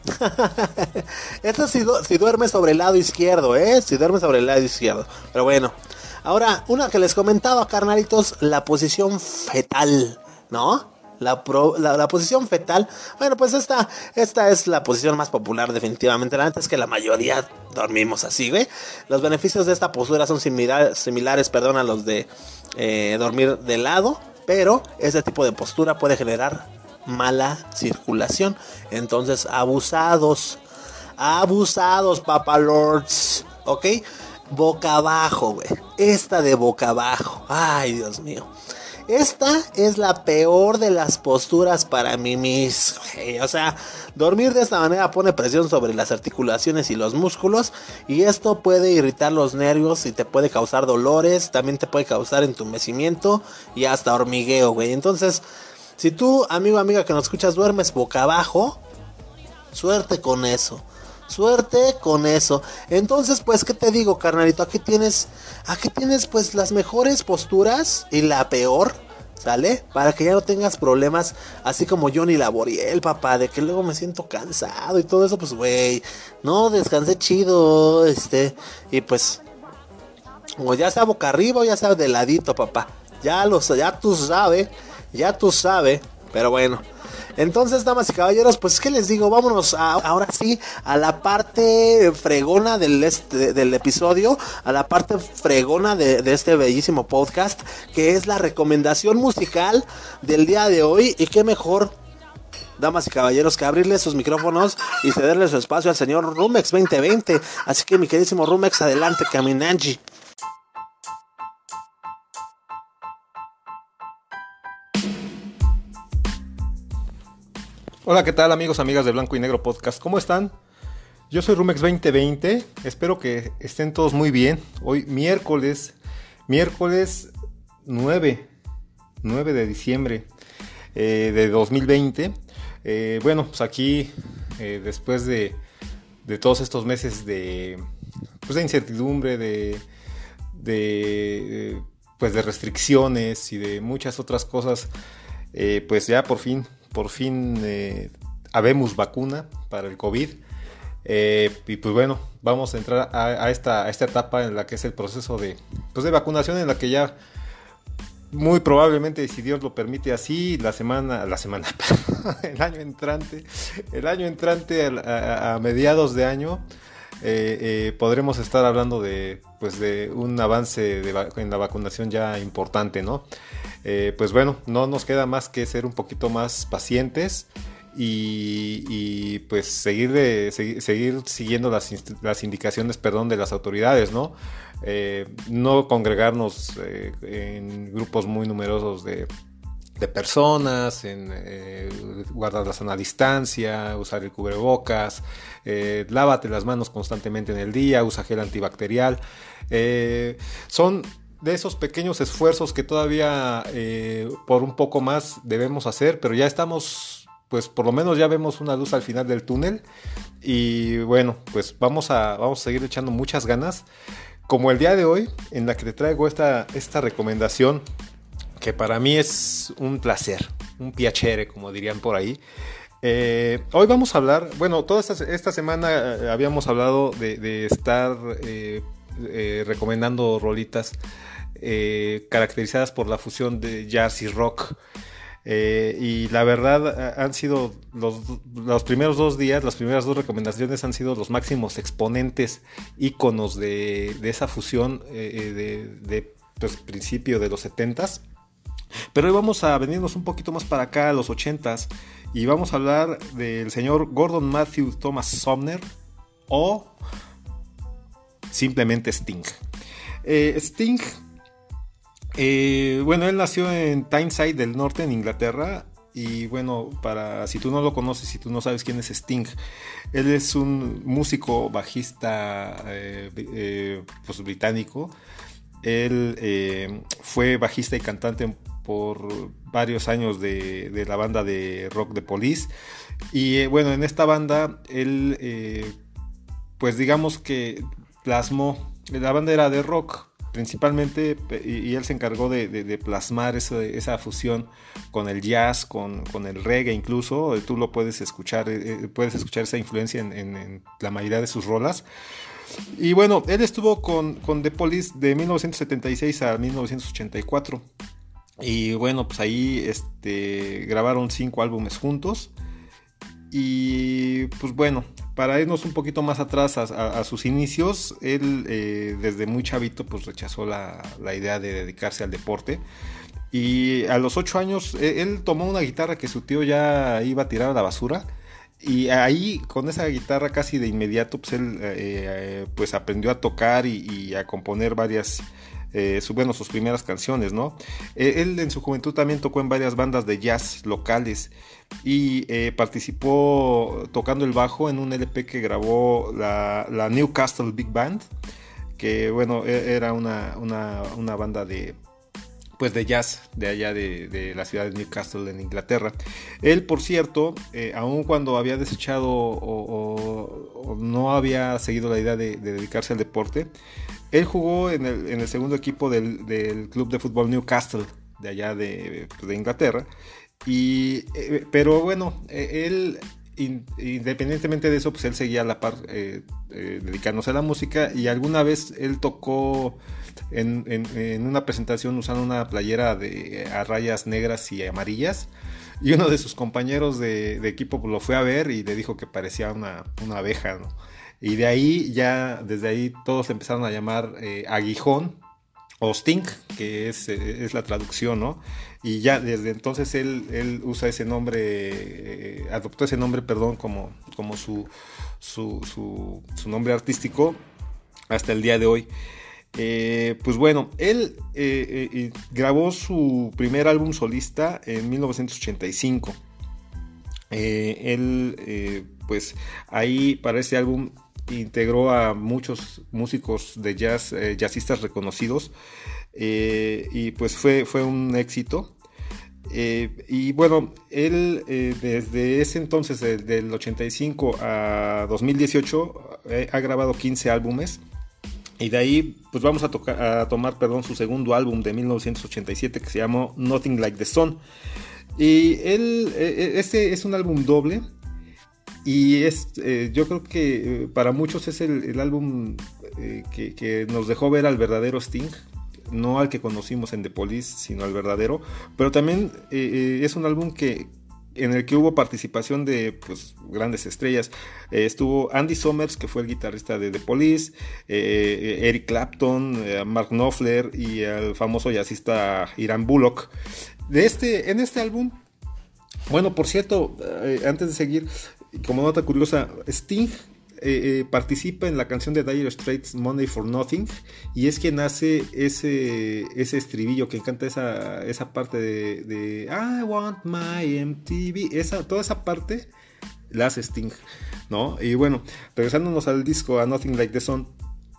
Esto es si, du- si duermes sobre el lado izquierdo, ¿eh? Si duermes sobre el lado izquierdo. Pero bueno, ahora, una que les comentaba, carnalitos, la posición fetal, ¿no? La, pro, la, la posición fetal. Bueno, pues esta, esta es la posición más popular, definitivamente. La neta es que la mayoría dormimos así, güey. Los beneficios de esta postura son similar, similares, perdón, a los de eh, dormir de lado. Pero este tipo de postura puede generar mala circulación. Entonces, abusados. Abusados, papalords. ¿Ok? Boca abajo, güey. Esta de boca abajo. Ay, Dios mío. Esta es la peor de las posturas para mí mismo. O sea, dormir de esta manera pone presión sobre las articulaciones y los músculos. Y esto puede irritar los nervios y te puede causar dolores. También te puede causar entumecimiento y hasta hormigueo, güey. Entonces... si tú, amigo o amiga que nos escuchas, duermes boca abajo, suerte con eso, suerte con eso. Entonces, pues, ¿qué te digo, carnalito? Aquí tienes, aquí tienes, pues, las mejores posturas y la peor, ¿sale? Para que ya no tengas problemas, así como Johnny Laboriel, papá, de que luego me siento cansado y todo eso, pues, güey, no, descansé chido, este, y pues, o ya sea boca arriba o ya sea de ladito, papá, ya lo, ya tú sabes. Ya tú sabes, pero bueno. Entonces, damas y caballeros, pues qué les digo, vámonos a, ahora sí a la parte fregona del, este, del episodio, a la parte fregona de, de este bellísimo podcast, que es la recomendación musical del día de hoy. Y qué mejor, damas y caballeros, que abrirle sus micrófonos y cederle su espacio al señor Rumex veinte veinte. Así que mi queridísimo Rumex, adelante, Caminanji. Hola, ¿qué tal, amigos, amigas de Blanco y Negro Podcast? ¿Cómo están? Yo soy Rumex veinte veinte, espero que estén todos muy bien. Hoy miércoles, miércoles nueve de diciembre eh, de dos mil veinte. Eh, bueno, pues aquí, eh, después de de todos estos meses de, pues de incertidumbre, de, de, pues de restricciones y de muchas otras cosas, eh, pues ya por fin, por fin eh, habemos vacuna para el COVID. Eh, y pues bueno, vamos a entrar a, a, esta, a esta etapa en la que es el proceso de, pues de vacunación, en la que ya muy probablemente, si Dios lo permite así, la semana, la semana, el año entrante, el año entrante a, a, a mediados de año, eh, eh, podremos estar hablando de, pues de un avance de, en la vacunación ya importante, ¿no? Eh, pues bueno, no nos queda más que ser un poquito más pacientes. Y, y pues seguir, de, seguir, seguir siguiendo las, las indicaciones, perdón, de las autoridades, ¿no? Eh, no congregarnos eh, en grupos muy numerosos de, de personas, en eh, guardar la sana distancia, usar el cubrebocas, eh, lávate las manos constantemente en el día, usa gel antibacterial. Eh, son de esos pequeños esfuerzos que todavía eh, por un poco más debemos hacer, pero ya estamos... pues por lo menos ya vemos una luz al final del túnel y bueno, pues vamos a, vamos a seguir echando muchas ganas, como el día de hoy, en la que te traigo esta, esta recomendación que para mí es un placer, un piacere, como dirían por ahí. Eh, hoy vamos a hablar, bueno, toda esta, esta semana eh, habíamos hablado de, de estar eh, eh, recomendando rolitas eh, caracterizadas por la fusión de jazz y rock. Eh, y la verdad han sido los, los primeros dos días, las primeras dos recomendaciones han sido los máximos exponentes, íconos de, de esa fusión eh, de, de pues, principio de los setentas. Pero hoy vamos a venirnos un poquito más para acá, a los ochentas, y vamos a hablar del señor Gordon Matthew Thomas Sumner o simplemente Sting. Eh, Sting... Eh, bueno, él nació en Tyneside del Norte, en Inglaterra. Y bueno, para si tú no lo conoces, si tú no sabes quién es Sting, él es un músico bajista eh, eh, pues británico. Él eh, fue bajista y cantante por varios años de, de la banda de rock The Police. Y eh, bueno, en esta banda él eh, pues digamos que plasmó, la banda era de rock principalmente, y, y él se encargó de, de, de plasmar eso, esa fusión con el jazz, con, con el reggae incluso. Tú lo puedes escuchar, eh, puedes escuchar esa influencia en, en, en la mayoría de sus rolas. Y bueno, él estuvo con, con The Police de mil novecientos setenta y seis a mil novecientos ochenta y cuatro. Y bueno, pues ahí este, grabaron cinco álbumes juntos. Y pues bueno, para irnos un poquito más atrás a, a, a sus inicios, él eh, desde muy chavito pues rechazó la, la idea de dedicarse al deporte. Y a los ocho años él, él tomó una guitarra que su tío ya iba a tirar a la basura. Y ahí con esa guitarra casi de inmediato pues él eh, pues aprendió a tocar y, y a componer varias eh, su, bueno, sus primeras canciones, ¿no? Eh, él en su juventud también tocó en varias bandas de jazz locales y eh, participó tocando el bajo en un L P que grabó la, la Newcastle Big Band, que bueno, era una, una, una banda de pues de jazz de allá de, de la ciudad de Newcastle en Inglaterra. Él, por cierto, eh, aun cuando había desechado o, o, o no había seguido la idea de, de dedicarse al deporte, él jugó en el, en el segundo equipo del, del club de fútbol Newcastle de allá de, de Inglaterra. Y, eh, pero bueno, eh, él in, independientemente de eso, pues él seguía a la par eh, eh, dedicándose a la música, y alguna vez él tocó En, en, en una presentación usando una playera de, a rayas negras y amarillas, y uno de sus compañeros de, de equipo lo fue a ver y le dijo que parecía una, una abeja, ¿no? Y de ahí ya, desde ahí todos empezaron a llamar eh, Aguijón o Sting, que es, es la traducción, ¿no? Y ya desde entonces él, él usa ese nombre, eh, adoptó ese nombre, perdón, como, como su, su, su, su nombre artístico hasta el día de hoy. Eh, pues bueno, él eh, eh, grabó su primer álbum solista en mil novecientos ochenta y cinco. Eh, él, eh, pues ahí para ese álbum integró a muchos músicos de jazz, eh, jazzistas reconocidos, eh, y pues fue, fue un éxito. Eh, y bueno, él eh, desde ese entonces, de, del ochenta y cinco a dos mil dieciocho, eh, ha grabado quince álbumes. Y de ahí, pues vamos a, tocar, a tomar, perdón, su segundo álbum de mil novecientos ochenta y siete, que se llamó Nothing Like the Sun. Y él, eh, este es un álbum doble. Y es, eh, yo creo que eh, para muchos es el, el álbum eh, que, que nos dejó ver al verdadero Sting. No al que conocimos en The Police, sino al verdadero. Pero también eh, es un álbum que, en el que hubo participación de pues, grandes estrellas. Eh, estuvo Andy Summers, que fue el guitarrista de The Police, eh, Eric Clapton, eh, Mark Knopfler y el famoso jazzista Ian Bullock. De este, en este álbum, bueno, por cierto, eh, antes de seguir, como nota curiosa, Sting Eh, eh, participa en la canción de Dire Straits Money for Nothing, y es quien hace ese, ese estribillo que encanta, esa, esa parte de, de I want my M T V, esa, toda esa parte la hace Sting, ¿no? Y bueno, regresándonos al disco, a Nothing Like the Sun,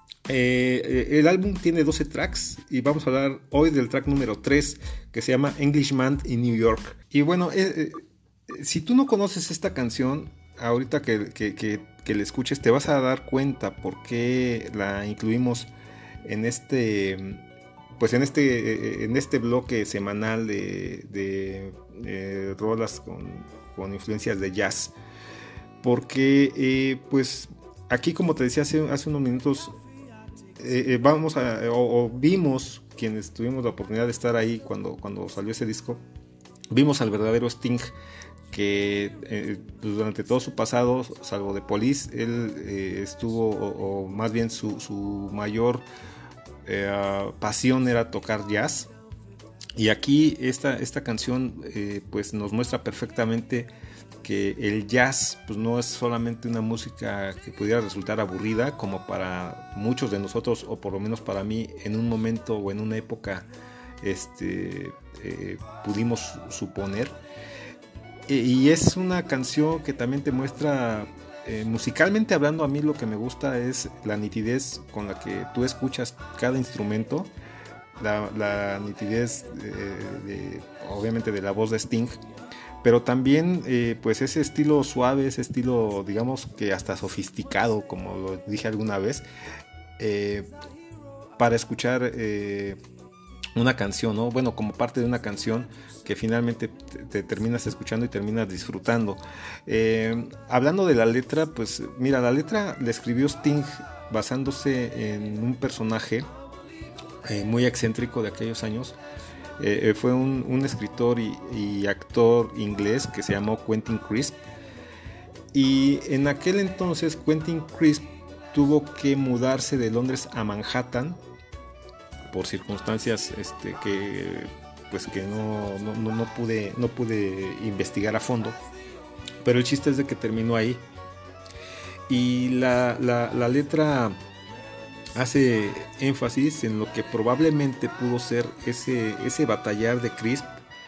eh, el álbum tiene doce tracks y vamos a hablar hoy del track número tres, que se llama Englishman in New York. Y bueno, eh, eh, si tú no conoces esta canción, ahorita que, que, que, que la escuches te vas a dar cuenta por qué la incluimos en este, pues en este, en este bloque semanal de, de, de rolas con, con influencias de jazz. Porque eh, pues aquí, como te decía hace, hace unos minutos, eh, eh, vamos a, o, o vimos, quienes tuvimos la oportunidad de estar ahí cuando, cuando salió ese disco, vimos al verdadero Sting, que eh, pues durante todo su pasado, salvo de Police, él eh, estuvo, o, o más bien su, su mayor eh, pasión era tocar jazz. Y aquí esta, esta canción eh, pues nos muestra perfectamente que el jazz pues no es solamente una música que pudiera resultar aburrida, como para muchos de nosotros, o por lo menos para mí, en un momento o en una época este, eh, pudimos suponer. Y es una canción que también te muestra, eh, musicalmente hablando, a mí lo que me gusta es la nitidez con la que tú escuchas cada instrumento, la, la nitidez de, de, obviamente de la voz de Sting, pero también eh, pues ese estilo suave, ese estilo digamos que hasta sofisticado, como lo dije alguna vez, eh, para escuchar eh, una canción, ¿no? Bueno, como parte de una canción que finalmente te, te terminas escuchando y terminas disfrutando. Eh, hablando de la letra, pues mira, la letra la escribió Sting basándose en un personaje eh, muy excéntrico de aquellos años. Eh, fue un, un escritor y, y actor inglés que se llamó Quentin Crisp. Y en aquel entonces Quentin Crisp tuvo que mudarse de Londres a Manhattan por circunstancias este, que pues que no, no, no, pude, no pude investigar a fondo, pero el chiste es de que terminó ahí. Y la, la, la letra hace énfasis en lo que probablemente pudo ser ese, ese batallar de Crisp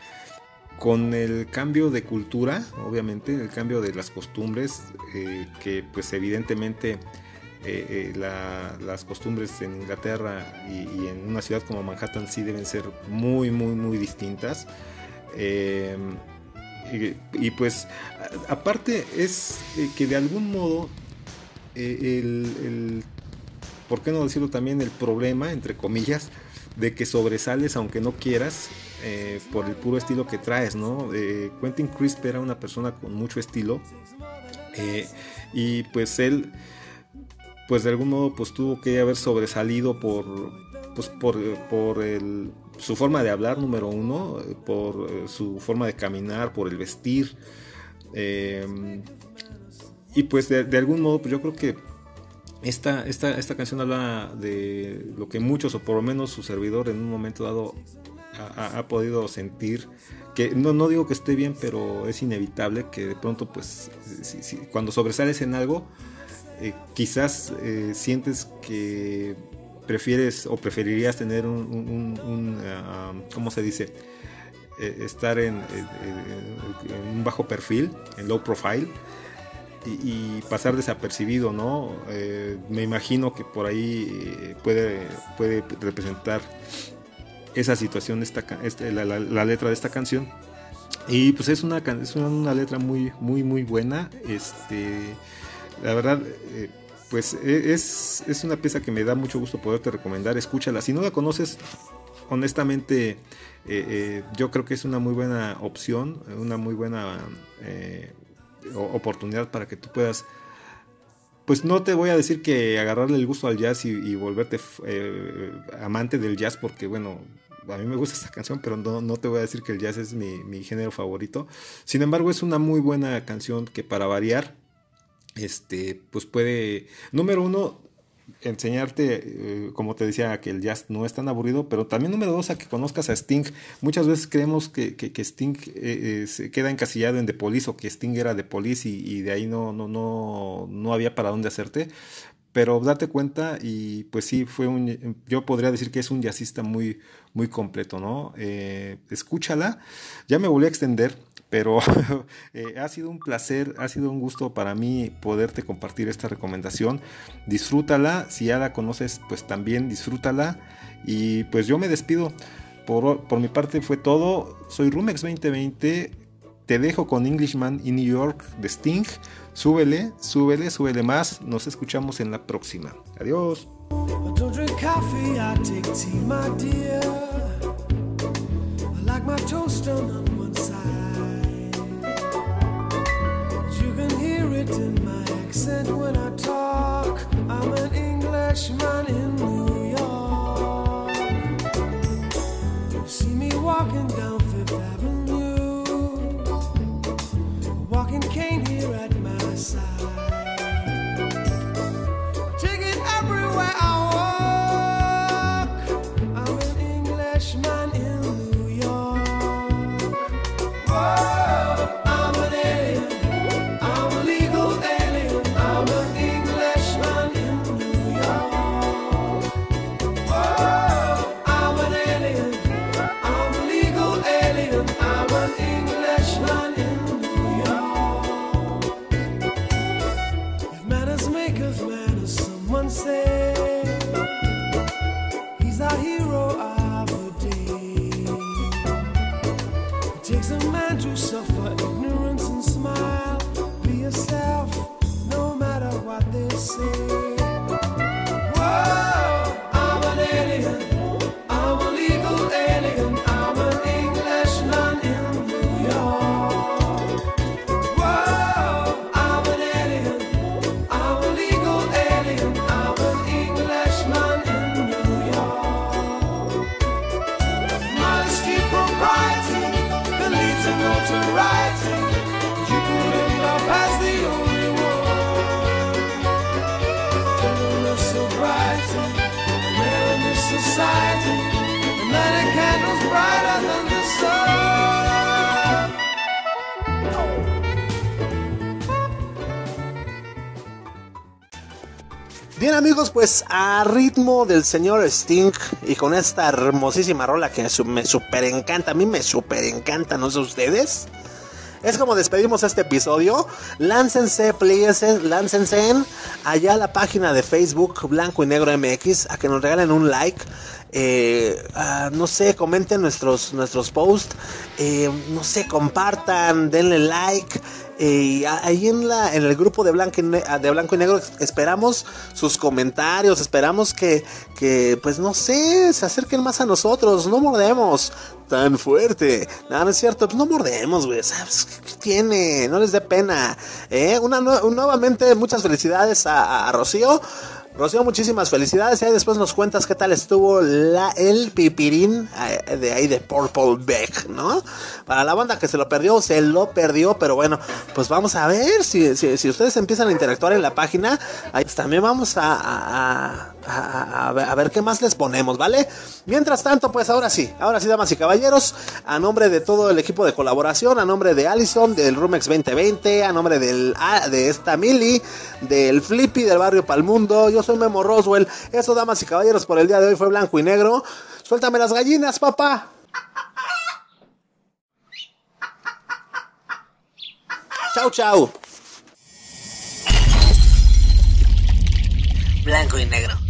con el cambio de cultura, obviamente, el cambio de las costumbres, eh, que pues evidentemente Eh, eh, la, las costumbres en Inglaterra y, y en una ciudad como Manhattan sí deben ser muy muy muy distintas, eh, y, y pues a, aparte es eh, que de algún modo eh, el, el por qué no decirlo también, el problema entre comillas de que sobresales aunque no quieras eh, por el puro estilo que traes, ¿no? eh, Quentin Crisp era una persona con mucho estilo, eh, y pues él pues de algún modo pues tuvo que haber sobresalido por pues por, por el, su forma de hablar, número uno, por su forma de caminar, por el vestir, eh, y pues de, de algún modo pues yo creo que esta, esta, esta canción habla de lo que muchos, o por lo menos su servidor en un momento dado ha, ha podido sentir, que no, no digo que esté bien, pero es inevitable que de pronto pues si, si, cuando sobresales en algo, Eh, quizás eh, sientes que prefieres o preferirías tener un, un, un, un uh, ¿cómo se dice? Eh, estar en, eh, en un bajo perfil, en low profile, y, y pasar desapercibido, ¿no? Eh, me imagino que por ahí eh, puede, puede representar esa situación, esta, esta, la, la, la letra de esta canción. Y pues es una, es una, una letra muy, muy, muy buena. Este, la verdad, eh, pues es, es una pieza que me da mucho gusto poderte recomendar. Escúchala. Si no la conoces, honestamente, eh, eh, yo creo que es una muy buena opción, una muy buena eh, oportunidad para que tú puedas. Pues no te voy a decir que agarrarle el gusto al jazz y, y volverte eh, amante del jazz, porque bueno, a mí me gusta esta canción, pero no, no te voy a decir que el jazz es mi, mi género favorito. Sin embargo, es una muy buena canción que, para variar, este, pues puede, número uno, enseñarte, eh, como te decía, que el jazz no es tan aburrido, pero también número dos, a que conozcas a Sting. Muchas veces creemos que, que, que Sting eh, eh, se queda encasillado en The Police, o que Sting era The Police y, y de ahí no, no, no, no había para dónde hacerte. Pero date cuenta, y pues sí, fue un, yo podría decir que es un jazzista muy, muy completo, ¿no? Eh, escúchala. Ya me volví a extender, pero eh, ha sido un placer, ha sido un gusto para mí poderte compartir esta recomendación. Disfrútala, si ya la conoces, pues también disfrútala. Y pues yo me despido. Por, por mi parte fue todo. Soy Rumex veinte veinte. Te dejo con Englishman in New York de Sting. Súbele, súbele, súbele más. Nos escuchamos en la próxima. Adiós. I don't drink coffee, I take tea, my dear. I like my toast done on one side. You can hear it in my accent when I talk. I'm an Englishman in New York. You see me walking down Fifth Avenue, a walking cane here at my side. Take it everywhere I walk. I'm an Englishman in New York. Whoa, I'm an alien. I'm a legal alien. I'm an Englishman in New York. Whoa, I'm an alien. I'm a legal alien. I'm an Englishman in New York. If manners make of manners, someone say he's our hero of the day. It takes a man to suffer ignorance and smile. Be yourself, no matter what they say. Whoa, I'm an alien. I'm a legal alien. I'm an Englishman in New York. Whoa, I'm an alien. I'm a legal alien. I'm an Englishman in New York. Modesty, propriety, the leads to notoriety. You could end up as the only one. Gentleness, sobriety, rare in this society. And lighting candles brighter than the sun. Bien, amigos, pues a ritmo del señor Sting y con esta hermosísima rola que su- me super encanta, a mí me super encanta, no sé ustedes. Es como despedimos este episodio. Láncense, please, láncense allá a la página de Facebook Blanco y Negro M X a que nos regalen un like. Eh, ah, no sé, comenten nuestros, nuestros posts. Eh, no sé, compartan, denle like. Eh, y a- ahí en la en el grupo de Blanco y, Ne- de Blanco y Negro esperamos sus comentarios, esperamos que, que pues no sé, se acerquen más a nosotros, no mordemos tan fuerte. No, no es cierto, pues no mordemos, güey, ¿sabes qué tiene? No les dé pena. ¿Eh? Una, nue- un- nuevamente muchas felicidades a, a- a Rocío. Rocío, muchísimas felicidades. Y ahí después nos cuentas qué tal estuvo la, el pipirín eh, de ahí de Purple Beck, ¿no? Para la banda que se lo perdió, se lo perdió. Pero bueno, pues vamos a ver si, si, si ustedes empiezan a interactuar en la página. Ahí también vamos a, a, a, a, a ver, a ver qué más les ponemos, ¿vale? Mientras tanto, pues ahora sí, ahora sí, damas y caballeros, a nombre de todo el equipo de colaboración, a nombre de Allison, del Rumex veinte veinte, a nombre del, a, de esta Mili, del Flippy, del barrio Palmundo, yo soy Memo Roswell. Eso, damas y caballeros, por el día de hoy fue Blanco y Negro. Suéltame las gallinas, papá. Chau, chau. Blanco y Negro.